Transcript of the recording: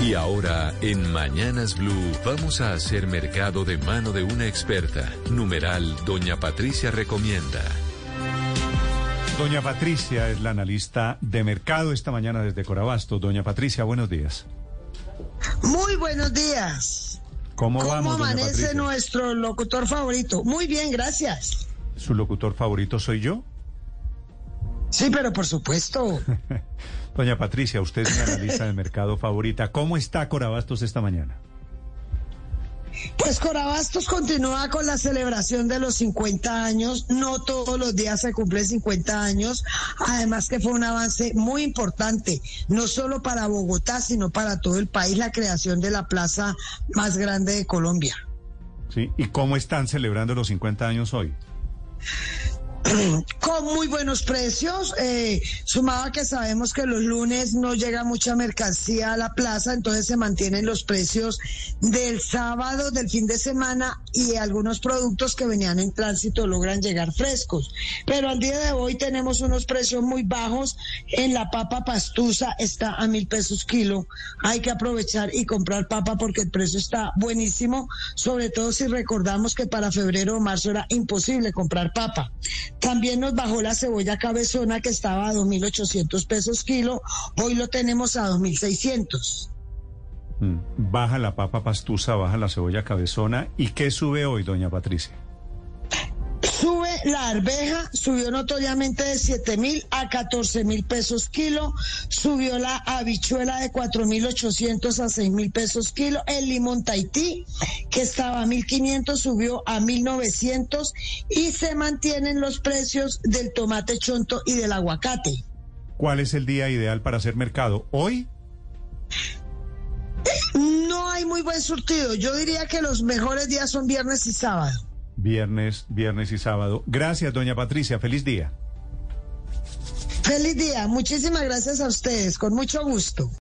Y ahora, en Mañanas Blue, vamos a hacer mercado de mano de una experta. Numeral, Doña Patricia recomienda. Doña Patricia es la analista de mercado esta mañana desde Corabastos. Doña Patricia, buenos días. Muy buenos días. ¿Cómo vamos, doña amanece Patricia? Nuestro locutor favorito? Muy bien, gracias. ¿Su locutor favorito soy yo? Sí, pero por supuesto. Doña Patricia, usted es mi analista de mercado favorita. ¿Cómo está Corabastos esta mañana? Pues Corabastos continúa con la celebración de los 50 años. No todos los días se cumplen 50 años. Además que fue un avance muy importante, no solo para Bogotá, sino para todo el país, la creación de la plaza más grande de Colombia. Sí. ¿Y cómo están celebrando los 50 años hoy? Con muy buenos precios, sumado a que sabemos que los lunes no llega mucha mercancía a la plaza, entonces se mantienen los precios del sábado, del fin de semana, y algunos productos que venían en tránsito logran llegar frescos. Pero al día de hoy tenemos unos precios muy bajos. En la papa pastusa está a 1.000 pesos kilo. Hay que aprovechar y comprar papa porque el precio está buenísimo, sobre todo si recordamos que para febrero o marzo era imposible comprar papa. También nos bajó la cebolla cabezona, que estaba a 2.800 pesos kilo. Hoy lo tenemos a 2.600. Baja la papa pastusa, baja la cebolla cabezona. ¿Y qué sube hoy, doña Patricia? Sube la arveja, subió notoriamente de 7.000 a 14.000 pesos kilo. Subió la habichuela de 4.800 a 6.000 pesos kilo. El limón Tahití, que estaba a 1.500, subió a 1.900. Y se mantienen los precios del tomate chonto y del aguacate. ¿Cuál es el día ideal para hacer mercado? ¿Hoy? No hay muy buen surtido. Yo diría que los mejores días son viernes y sábado. Viernes y sábado. Gracias, doña Patricia. Feliz día. Feliz día. Muchísimas gracias a ustedes. Con mucho gusto.